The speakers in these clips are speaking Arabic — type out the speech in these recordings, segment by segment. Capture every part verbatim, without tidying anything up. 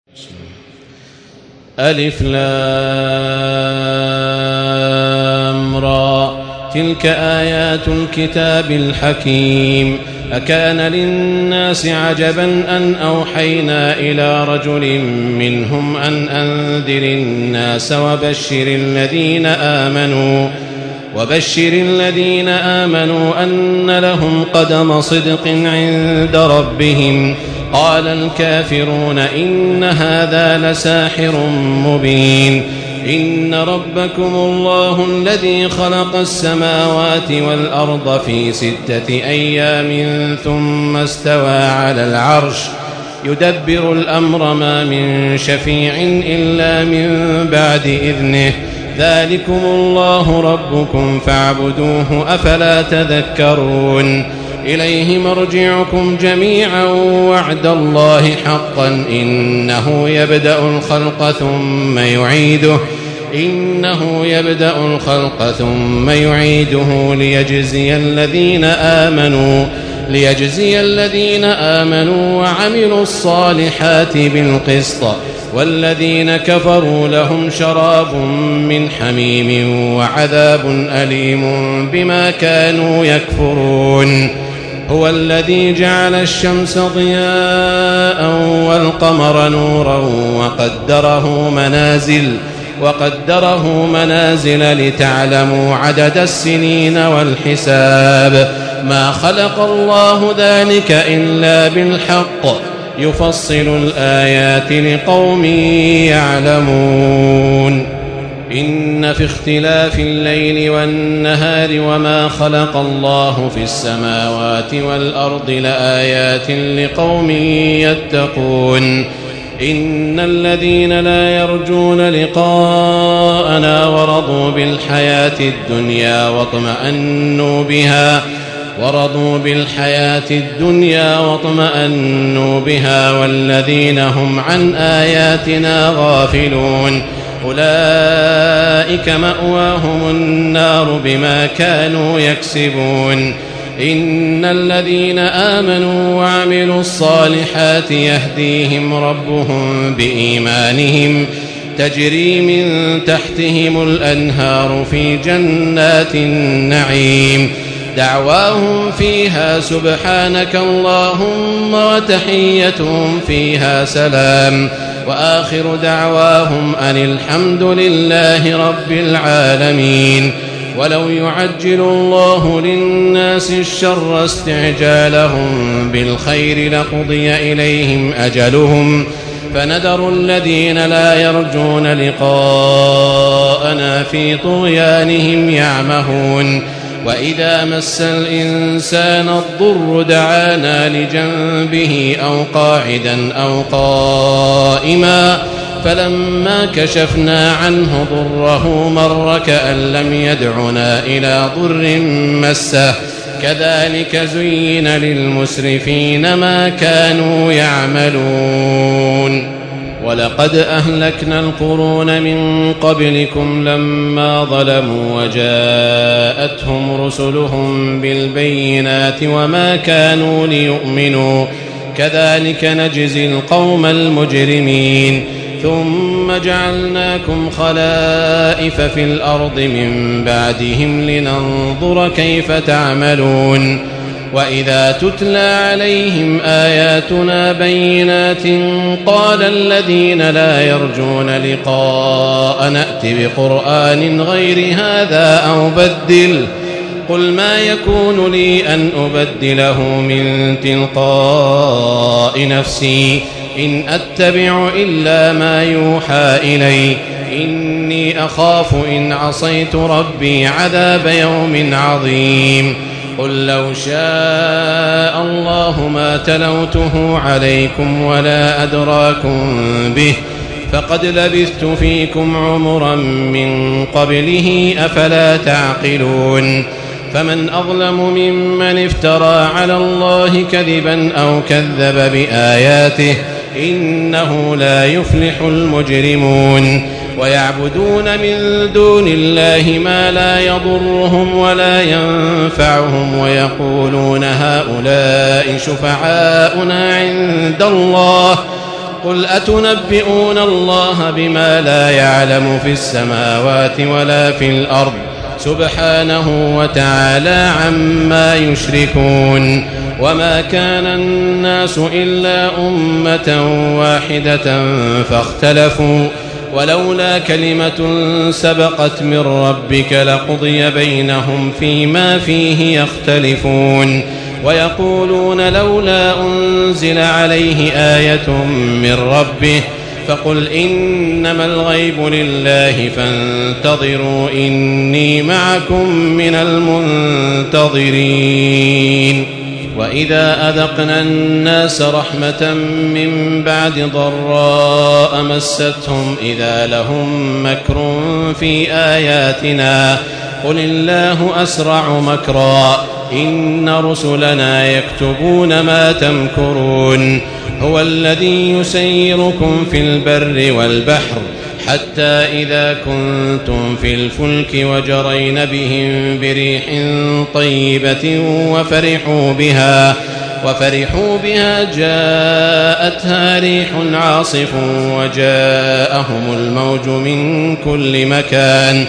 ألف لام را تلك آيات الكتاب الحكيم أكان للناس عجبا أن أوحينا إلى رجل منهم أن أنذر الناس وبشر الذين آمنوا وبشر الذين آمنوا أن لهم قدم صدق عند ربهم قال الكافرون إن هذا لساحر مبين إن ربكم الله الذي خلق السماوات والأرض في ستة أيام ثم استوى على العرش يدبر الأمر ما من شفيع إلا من بعد إذنه ذلكم الله ربكم فاعبدوه أفلا تذكرون إليه مرجعكم جميعا وعد الله حقا إنه يبدأ الخلق ثم يعيده إنه يبدأ الخلق ثم يعيده ليجزي الذين آمنوا ليجزي الذين آمنوا وعملوا الصالحات بالقسط والذين كفروا لهم شراب من حميم وعذاب أليم بما كانوا يكفرون هو الذي جعل الشمس ضياء والقمر نورا وقدره منازل وقدره منازل لتعلموا عدد السنين والحساب ما خلق الله ذلك إلا بالحق يفصل الآيات لقوم يعلمون إن في اختلاف الليل والنهار وما خلق الله في السماوات والأرض لآيات لقوم يتقون إن الذين لا يرجون لقاءنا ورضوا بالحياة الدنيا واطمأنوا بها ورضوا بالحياة الدنيا واطمأنوا بها والذين هم عن آياتنا غافلون أولئك مأواهم النار بما كانوا يكسبون إن الذين آمنوا وعملوا الصالحات يهديهم ربهم بإيمانهم تجري من تحتهم الأنهار في جنات النعيم دعواهم فيها سبحانك اللهم وتحيتهم فيها سلام وآخر دعواهم أن الحمد لله رب العالمين ولو يعجل الله للناس الشر استعجالهم بالخير لقضي إليهم أجلهم فنذر الذين لا يرجون لقاءنا في طغيانهم يعمهون وإذا مس الإنسان الضر دعانا لجنبه أو قاعدا أو قائما فلما كشفنا عنه ضره مر كأن لم يدعنا إلى ضر مسه كذلك زين للمسرفين ما كانوا يعملون ولقد أهلكنا القرون من قبلكم لما ظلموا وجاءتهم رسلهم بالبينات وما كانوا ليؤمنوا كذلك نجزي القوم المجرمين ثم جعلناكم خلائف في الأرض من بعدهم لننظر كيف تعملون وإذا تتلى عليهم آياتنا بينات قال الذين لا يرجون لقاء نأت بقرآن غير هذا أو بدل قل ما يكون لي أن أبدله من تلقاء نفسي إن أتبع إلا ما يوحى إلي إني أخاف إن عصيت ربي عذاب يوم عظيم قل لو شاء الله ما تلوته عليكم ولا أدراكم به فقد لبثت فيكم عمرا من قبله أفلا تعقلون فمن أظلم ممن افترى على الله كذبا أو كذب بآياته إنه لا يفلح المجرمون ويعبدون من دون الله ما لا يضرهم ولا ينفعهم ويقولون هؤلاء شفعاؤنا عند الله قل أتنبئون الله بما لا يعلم في السماوات ولا في الأرض سبحانه وتعالى عما يشركون وما كان الناس إلا أمة واحدة فاختلفوا ولولا كلمة سبقت من ربك لقضي بينهم فيما فيه يختلفون ويقولون لولا أنزل عليه آية من ربه فقل إنما الغيب لله فانتظروا إني معكم من المنتظرين وإذا أذقنا الناس رحمة من بعد ضراء مستهم إذا لهم مكر في آياتنا قل الله أسرع مكرا إن رسلنا يكتبون ما تمكرون هو الذي يسيركم في البر والبحر حتى إذا كنتم في الفلك وجرين بهم بريح طيبة وفرحوا بها وفرحوا بها جاءتها ريح عاصف وجاءهم الموج من كل مكان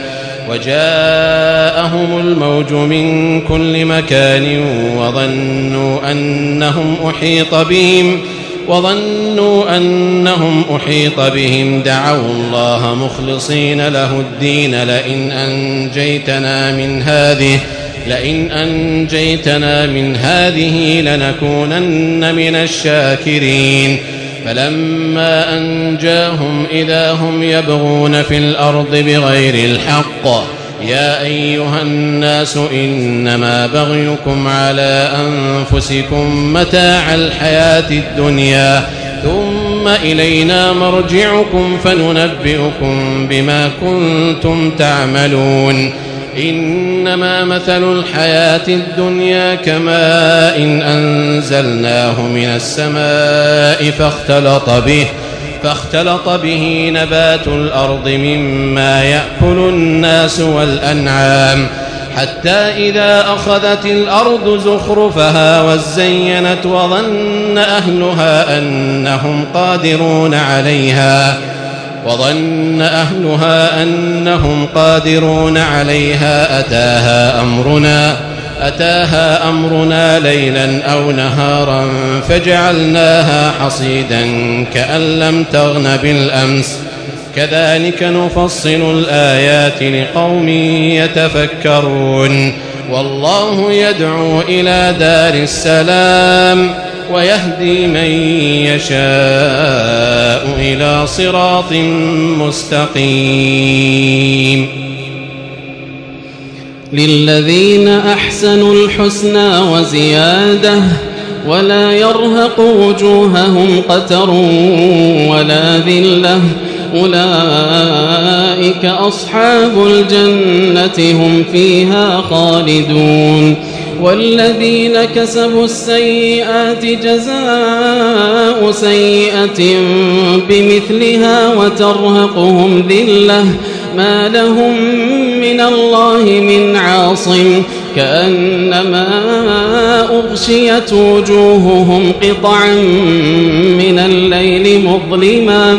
وجاءهم الموج من كل مكان وظنوا أنهم أحيط بهم وظنوا أنهم أحيط بهم دعوا الله مخلصين له الدين لئن أنجيتنا من هذه لئن أنجيتنا من هذه لنكونن من الشاكرين فلما أنجاهم إذا هم يبغون في الأرض بغير الحق يا أيها الناس إنما بغيكم على أنفسكم متاع الحياة الدنيا ثم إلينا مرجعكم فننبئكم بما كنتم تعملون إنما مثل الحياة الدنيا كماء إن أنزلناه من السماء فاختلط به فاختلط به نبات الأرض مما يأكل الناس والأنعام حتى إذا أخذت الأرض زخرفها وزينت وظن أهلها أنهم قادرون عليها وظن أهلها أنهم قادرون عليها أتاها أمرنا أتاها أمرنا ليلا أو نهارا فجعلناها حصيدا كأن لم تغن بالأمس كذلك نفصل الآيات لقوم يتفكرون والله يدعو إلى دار السلام ويهدي من يشاء إلى صراط مستقيم للذين أحسنوا الحسنى وزيادة ولا يرهق وجوههم قتر ولا ذلة أولئك أصحاب الجنة هم فيها خالدون والذين كسبوا السيئات جزاء سيئة بمثلها وترهقهم ذلة ما لهم من الله من عاصم كأنما أغشيت وجوههم قطعا من الليل مظلما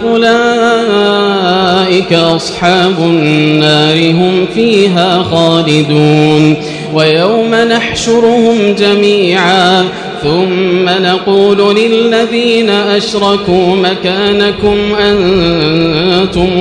أولئك أصحاب النار هم فيها خالدون ويوم نحشرهم جميعا ثم نقول للذين أشركوا مكانكم أنتم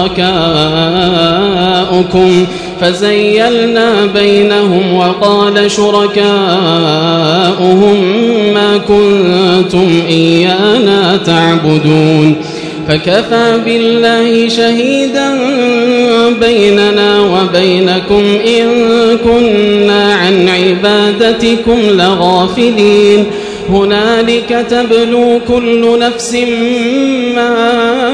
وشركاؤكم فزيلنا بينهم وقال شركاؤهم ما كنتم إيانا تعبدون فكفى بالله شهيدا بيننا وبينكم إن كنا عن عبادتكم لغافلين هنالك تبلو كل نفس ما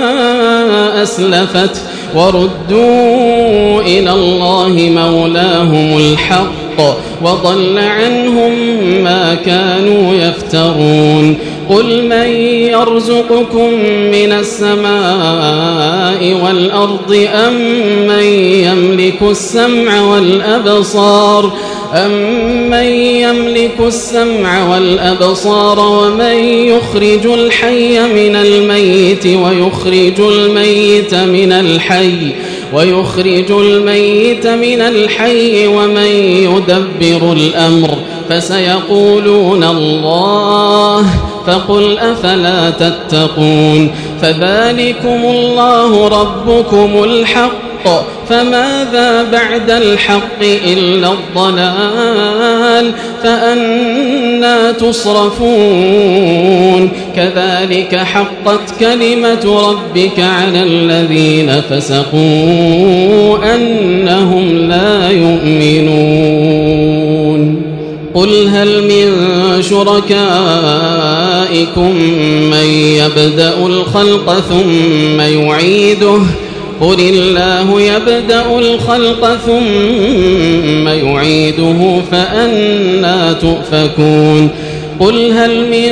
أسلفت وردوا إلى الله مولاهم الحق وضل عنهم ما كانوا يفترون قل من يرزقكم من السماء والأرض أم من يملك السمع والأبصار أمن يملك السمع والأبصار ومن يخرج الحي من الميت ويخرج الميت من الحي ويخرج الميت من الحي ومن يدبر الأمر فسيقولون الله فقل أفلا تتقون فذلكم الله ربكم الحق فماذا بعد الحق إلا الضلال فأنى تصرفون كذلك حقت كلمة ربك على الذين فسقوا أنهم لا يؤمنون قل هل من شركائكم من يبدأ الخلق ثم يعيده قل الله يبدأ الخلق ثم يعيده فأنى تؤفكون قل هل من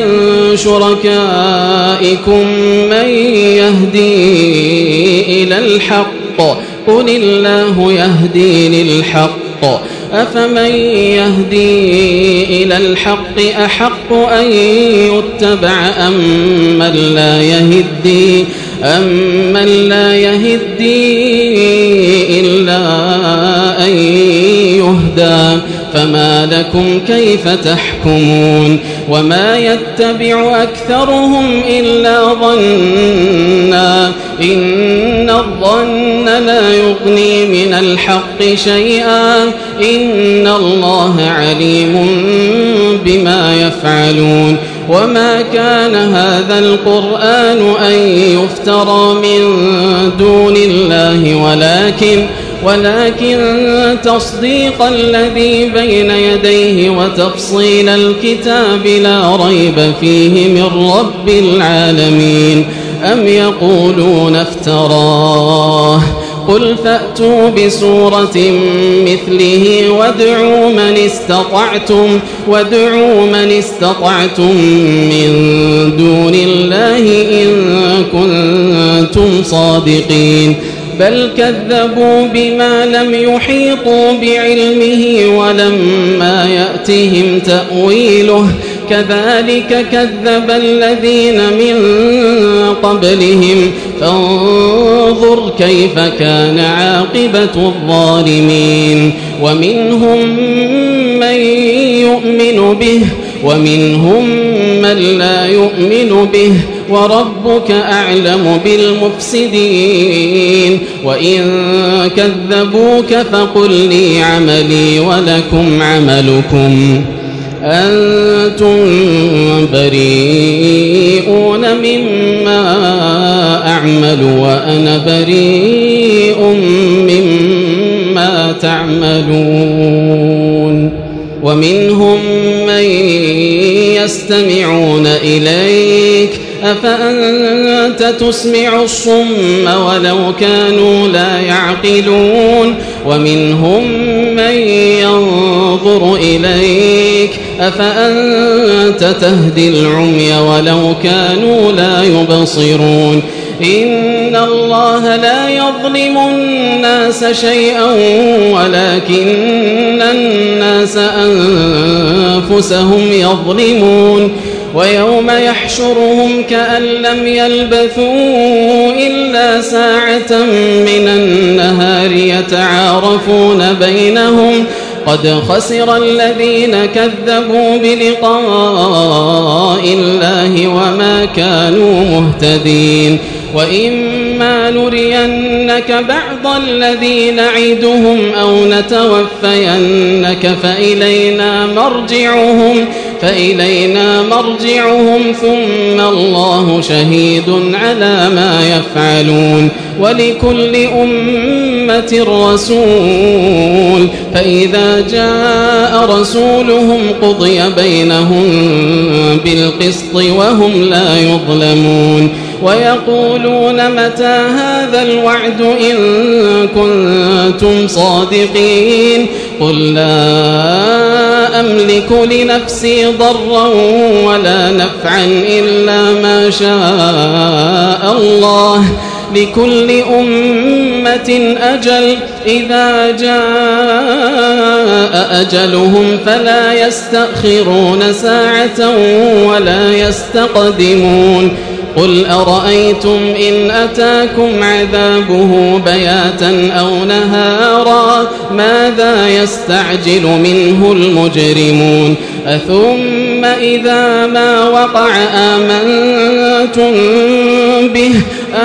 شركائكم من يهدي إلى الحق قل الله يهدي للحق أفمن يهدي إلى الحق أحق أن يتبع أم من لا يهدي أمن لا يهدي إلا أن يهدى فما لكم كيف تحكمون وما يتبع أكثرهم إلا ظنا إن الظن لا يغني من الحق شيئا إن الله عليم بما يفعلون وما كان هذا القرآن أن يفترى من دون الله ولكن ولكن تصديق الذي بين يديه وتفصيل الكتاب لا ريب فيه من رب العالمين أم يقولون افتراه قل فأتوا بسورة مثله وادعوا من استطعتم وادعوا من استطعتم من دون الله إن كنتم صادقين بل كذبوا بما لم يحيطوا بعلمه ولما يأتهم تأويله كذلك كذب الذين من قبلهم فانظر كيف كان عاقبة الظالمين ومنهم من يؤمن به ومنهم من لا يؤمن به وربك أعلم بالمفسدين وإن كذبوك فقل لي عملي ولكم عملكم أنتم بريئون مما أعمل وأنا بريء مما تعملون ومنهم من يستمعون إليك أفأنت تسمع الصم ولو كانوا لا يعقلون ومنهم من ينظر إليك أفأنت تهدي العمي ولو كانوا لا يبصرون إن الله لا يظلم الناس شيئا ولكن الناس أنفسهم يظلمون ويوم يحشرهم كأن لم يلبثوا إلا ساعة من النهار يتعارفون بينهم قد خسر الذين كذبوا بلقاء الله وما كانوا مهتدين وإما نرينك بعض الذي نعدهم أو نتوفينك فإلينا مرجعهم فإلينا مرجعهم ثم الله شهيد على ما يفعلون ولكل أمة رسول فإذا جاء رسولهم قضي بينهم بالقسط وهم لا يظلمون ويقولون متى هذا الوعد إن كنتم صادقين قل لا أملك لنفسي ضرا ولا نفعا إلا ما شاء الله لكل أمة أجل إذا جاء أجلهم فلا يستأخرون ساعة ولا يستقدمون قل أرأيتم إن أتاكم عذابه بياتا أو نهارا ماذا يستعجل منه المجرمون أثم إذا ما وقع آمنتم به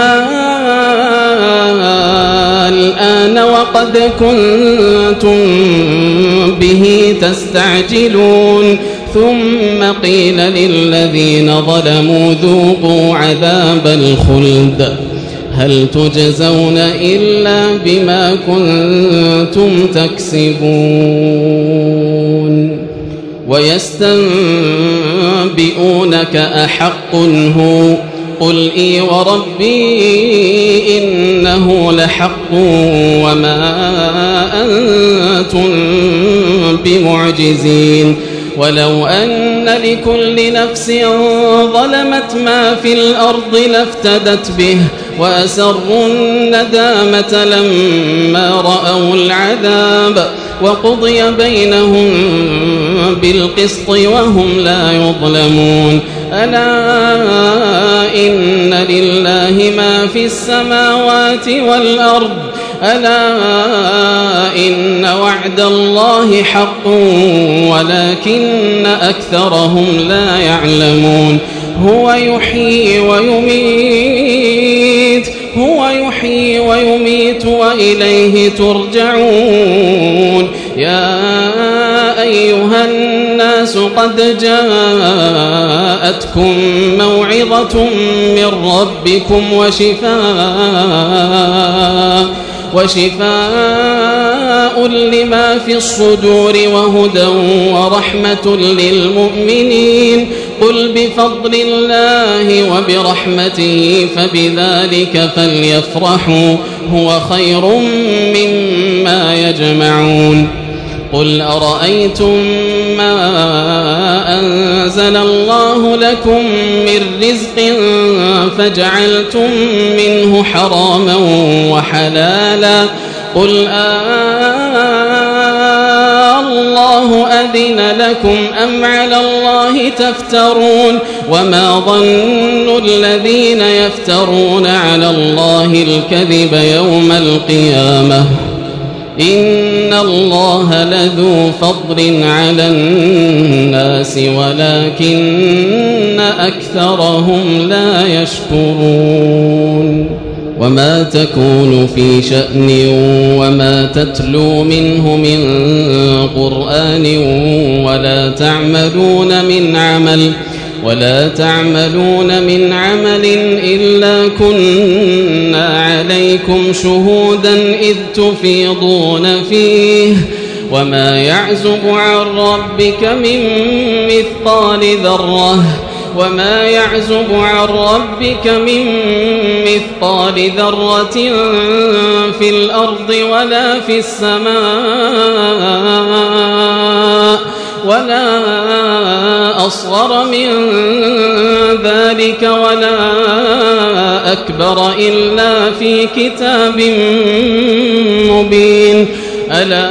الآن وقد كنتم به تستعجلون ثم قيل للذين ظلموا ذوقوا عذاب الخلد هل تجزون إلا بما كنتم تكسبون ويستنبئونك أحق هو قل إي وربي إنه لحق وما أنتم بمعجزين ولو أن لكل نفس ظلمت ما في الأرض لافتدت به وأسروا الندامة لما رأوا العذاب وقضي بينهم بالقسط وهم لا يظلمون ألا إن لله ما في السماوات والأرض ألا إن وعد الله حق ولكن أكثرهم لا يعلمون هو يحيي ويميت هو يحيي ويميت وإليه ترجعون يا أيها الناس قد جاءتكم موعظة من ربكم وشفاء وشفاء لما في الصدور وهدى ورحمة للمؤمنين قل بفضل الله وبرحمته فبذلك فليفرحوا هو خير مما يجمعون قل أرأيتم ما أنزل الله لكم من رزق فجعلتم منه حراما وحلالا قل آه الله أذن لكم أم على الله تفترون وما ظن الذين يفترون على الله الكذب يوم القيامة إن الله لذو فضل على الناس ولكن أكثرهم لا يشكرون وما تكون في شأن وما تتلو منه من قرآن ولا تعملون من عمل ولا تعملون من عمل إلا كنا عليكم شهودا إذ تفيضون فيه وما يعزب عن ربك من مثقال ذرة وما يعزب عن ربك من مثقال ذرة في الأرض ولا في السماء ولا أصغر من ذلك ولا أكبر إلا في كتاب مبين ألا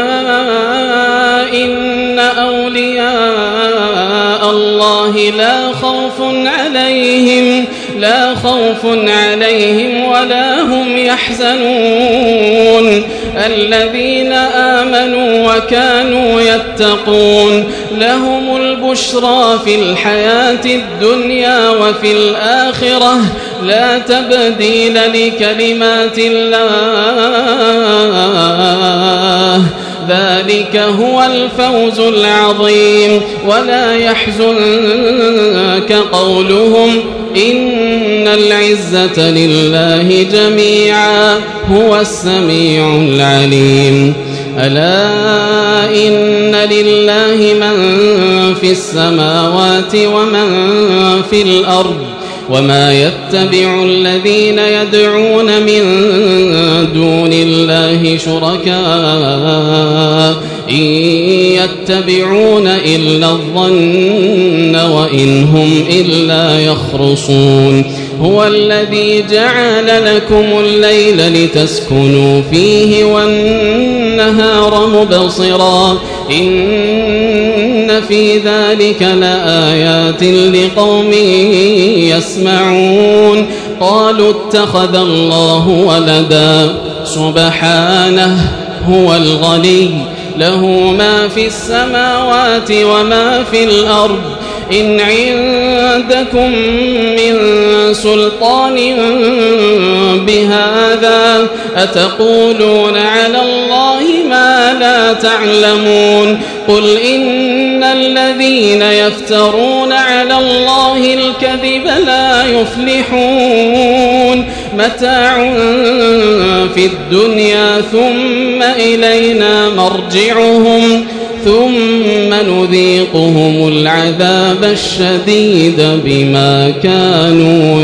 إن أولياء الله لا خوف عليهم لا خوف عليهم ولا هم يحزنون الذين آمنوا وكانوا يتقون لهم البشرى في الحياة الدنيا وفي الآخرة لا تبديل لكلمات الله ذلك هو الفوز العظيم ولا يحزنك قولهم إن العزة لله جميعا هو السميع العليم ألا إن لله من في السماوات ومن في الأرض وما يتبع الذين يدعون من دون الله شركاء إن يتبعون إلا الظن وإن هم إلا يخرصون هو الذي جعل لكم الليل لتسكنوا فيه والنهار مبصرا إن في ذلك لآيات لقوم يسمعون قالوا اتخذ الله ولدا سبحانه هو الغني له ما في السماوات وما في الأرض إن عندكم من سلطان بهذا أتقولون على الله ما لا تعلمون قل إن الذين يفترون على الله الكذب لا يفلحون متاع في الدنيا ثم إلينا مرجعهم ثم نذيقهم العذاب الشديد بما كانوا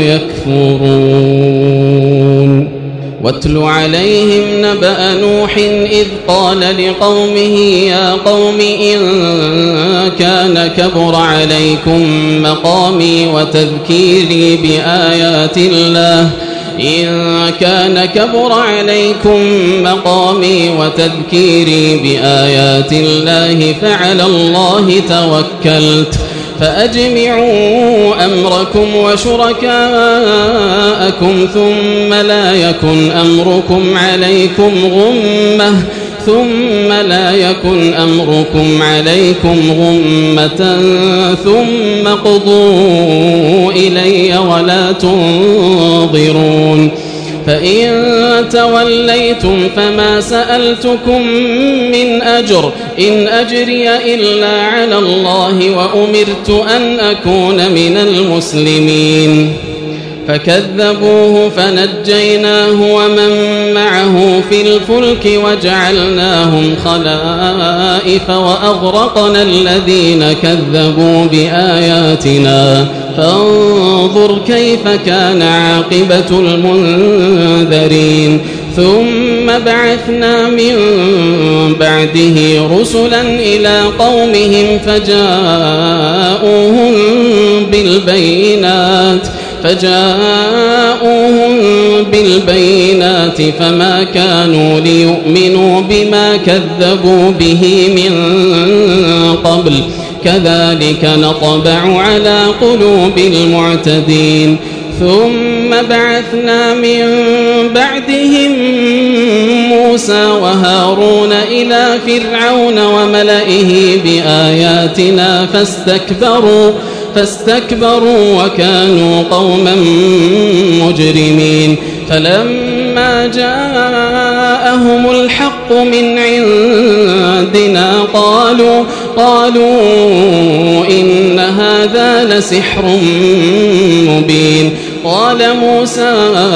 يكفرون واتل عليهم نبأ نوح إذ قال لقومه يا قوم إن كان كبر عليكم مقامي وتذكيري بآيات الله إن كان كبر عليكم مقامي وتذكيري بآيات الله فعلى الله توكلت فأجمعوا أمركم وشركاءكم ثم لا يكن أمركم عليكم غمة ثم لا يكن أمركم عليكم غمة ثم قضوا إلي ولا تنظرون فإن توليتم فما سألتكم من أجر إن أجري إلا على الله وأمرت أن أكون من المسلمين فكذبوه فنجيناه ومن معه في الفلك وجعلناهم خلائف وأغرقنا الذين كذبوا بآياتنا فانظر كيف كان عاقبة المنذرين ثم بعثنا من بعده رسلا إلى قومهم فجاءوهم بالبينات فجاءوهم بالبينات فما كانوا ليؤمنوا بما كذبوا به من قبل كذلك نطبع على قلوب المعتدين ثم بعثنا من بعدهم موسى وهارون إلى فرعون وملئه بآياتنا فاستكبروا فاستكبروا وكانوا قوما مجرمين فلما جاءهم الحق من عندنا قالوا قالوا إن هذا لسحر مبين قال موسى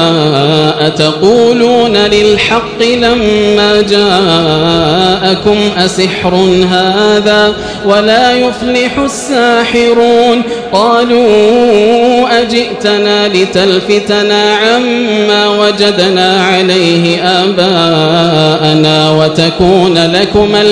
أتقولون للحق لما جاءكم أسحر هذا ولا يفلح الساحرون قالوا أجئتنا لتلفتنا عما وجدنا عليه آباءنا وتكون لكما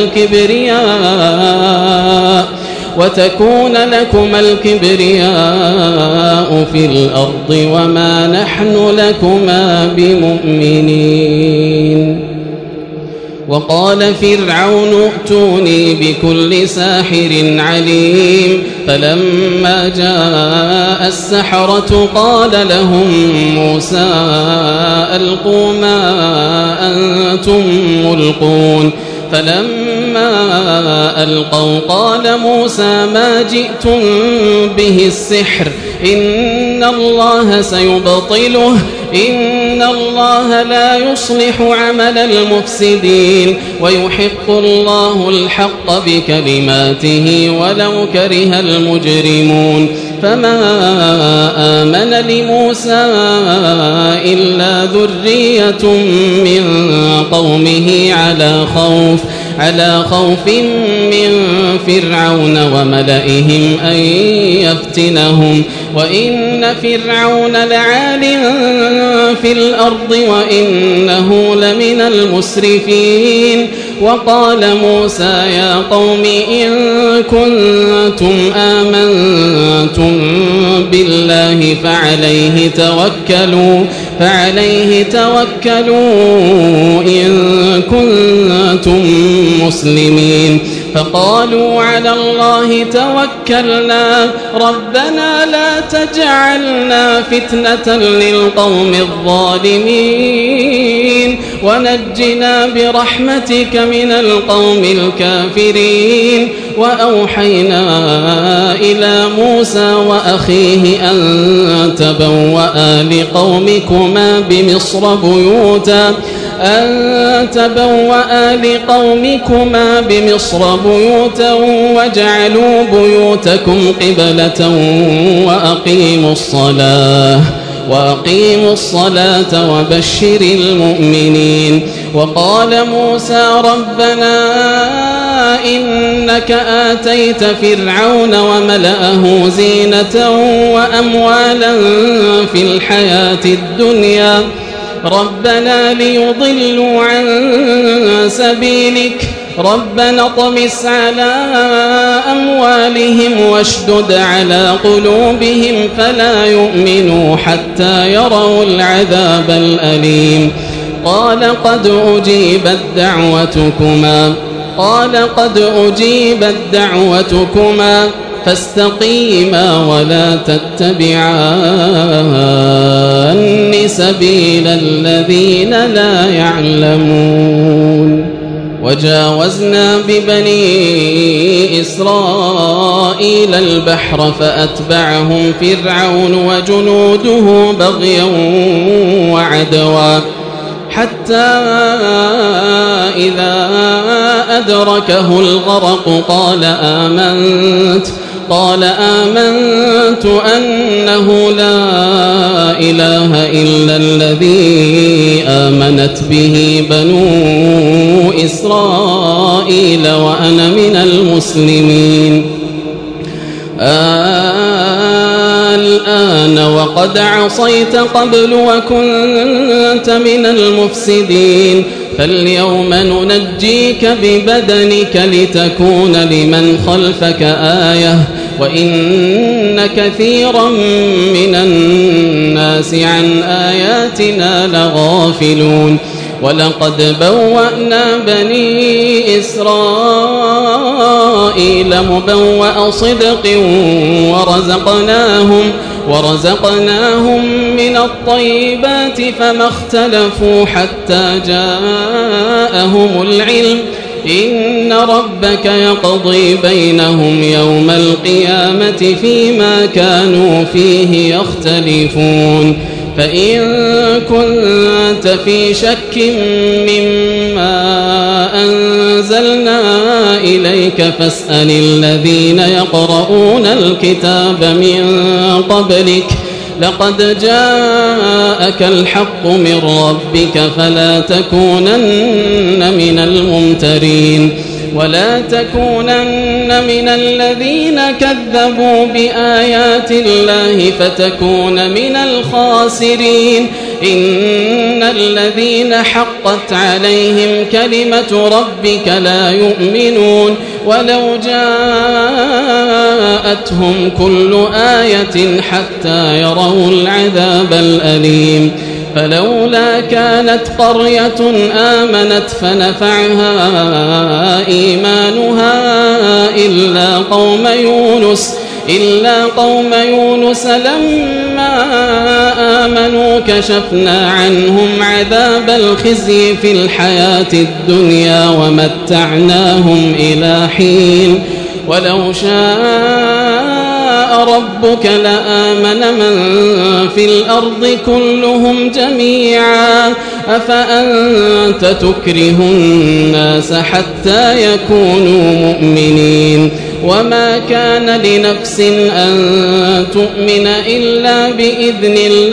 الكبرياء وتكون لكما الكبرياء في الأرض وما نحن لكما بمؤمنين وقال فرعون ائتوني بكل ساحر عليم فلما جاء السحرة قال لهم موسى ألقوا ما أنتم ملقون فلما ألقوا قال موسى ما جئتم به السحر إن الله سيبطله إن الله لا يصلح عمل المفسدين ويحق الله الحق بكلماته ولو كره المجرمون فما آمن لموسى إلا ذرية من قومه على خوف على خوف من فرعون وملئهم أن يفتنهم وإن فرعون لعال في الأرض وإنه لمن المسرفين وقال موسى يا قوم إن كنتم آمنتم بالله فعليه توكلوا فعليه توكلوا إن كنتم مسلمين فقالوا على الله توكلنا ربنا لا تجعلنا فتنة للقوم الظالمين ونجنا برحمتك من القوم الكافرين وأوحينا إلى موسى وأخيه أن تبوأ لقومكما بمصر بيوتا أن تبوأ لقومكما بمصر بيوتا واجعلوا بيوتكم قبلة وأقيموا الصلاة وأقيموا الصلاة وبشر المؤمنين وقال موسى ربنا إنك آتيت فرعون وملأه زينة وأموالا في الحياة الدنيا ربنا ليضلوا عن سبيلك ربنا اطمس على أموالهم واشدد على قلوبهم فلا يؤمنوا حتى يروا العذاب الأليم قال قد أجيبت دعوتكما قال قد أجيبت دعوتكما فاستقيما ولا تتبعان سبيل الذين لا يعلمون وجاوزنا ببني إسرائيل البحر فأتبعهم فرعون وجنوده بغيا وعدوا حتى إذا أدركه الغرق قال آمنت قال آمنت أنه لا إله إلا الذي آمنت به بنو إسرائيل وأنا من المسلمين الآن وقد عصيت قبل وكنت من المفسدين فاليوم ننجيك ببدنك لتكون لمن خلفك آية وإن كثيرا من الناس عن آياتنا لغافلون ولقد بوأنا بني إسرائيل مبوأ صدق ورزقناهم ورزقناهم من الطيبات فما اختلفوا حتى جاءهم العلم إن ربك يقضي بينهم يوم القيامة فيما كانوا فيه يختلفون فإن كنت في شك مما أنزلنا إليك فاسأل الذين يقرؤون الكتاب من قبلك لقد جاءك الحق من ربك فلا تكونن من الممترين ولا تكونن من الذين كذبوا بآيات الله فتكون من الخاسرين إن الذين حقت عليهم كلمة ربك لا يؤمنون ولو جاءتهم كل آية حتى يروا العذاب الأليم فلولا كانت قرية آمنت فنفعها إيمانها إلا قوم يونس إلا قوم يونس لما آمنوا كشفنا عنهم عذاب الخزي في الحياة الدنيا ومتعناهم إلى حين ولو شاء ربك لآمن من في الأرض كلهم جميعا أفأنت تكره الناس حتى يكونوا مؤمنين وما كان لنفس أن تؤمن إلا بإذن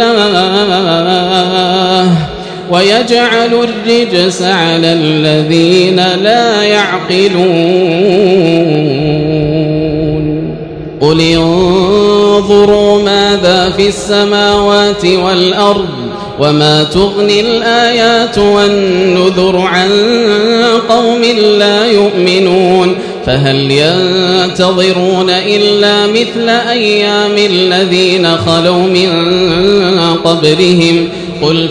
الله ويجعل الرجس على الذين لا يعقلون قل انظروا ماذا في السماوات والأرض وما تغني الآيات والنذر عن قوم لا يؤمنون فهل ينتظرون إلا مثل أيام الذين خلوا من قبلهم قل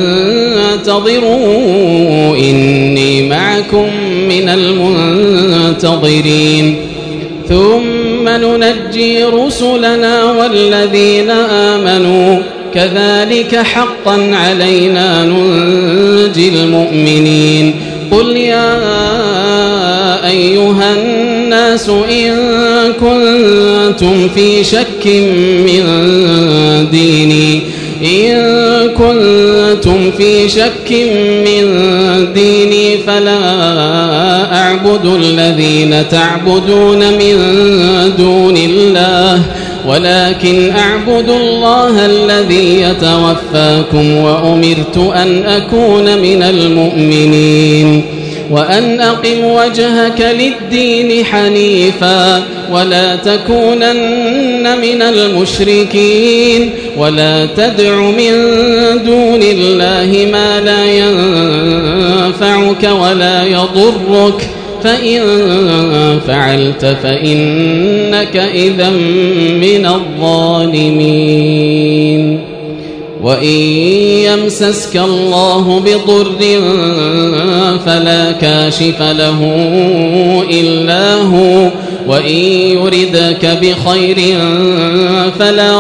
فانتظروا إني معكم من المنتظرين ثم ننجي رسلنا والذين آمنوا كذلك حقا علينا ننجي المؤمنين قل يا أيها الناس إن كنتم في شك من ديني إن كنتم في شك من ديني فلا أعبد الذين تعبدون من دون الله ولكن أعبد الله الذي يتوفاكم وأمرت أن أكون من المؤمنين وأن أقم وجهك للدين حنيفا ولا تكونن من المشركين ولا تدع من دون الله ما لا ينفعك ولا يضرك فإن فعلت فإنك إذا من الظالمين وإن يمسسك الله بضر فلا كاشف له إلا هو وإن يردك بخير فلا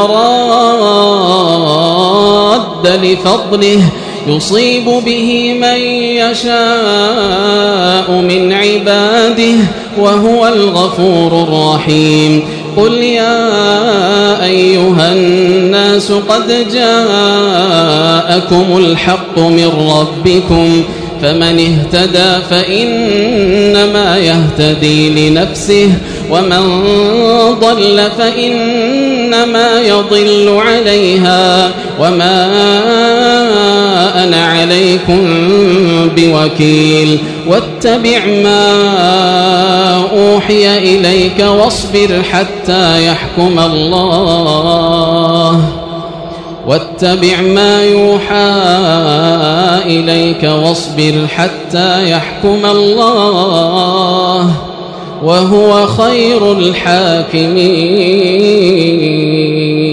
راد لفضله يصيب به من يشاء من عباده وهو الغفور الرحيم قل يا أيها الناس قد جاءكم الحق من ربكم فمن اهتدى فإنما يهتدي لنفسه ومن ضل فإنما يضل عليها وما أنا عليكم بوكيل واتبع ما أوحي إليك واصبر حتى يحكم الله واتبع ما يوحى إليك واصبر حتى يحكم الله وهو خير الحاكمين.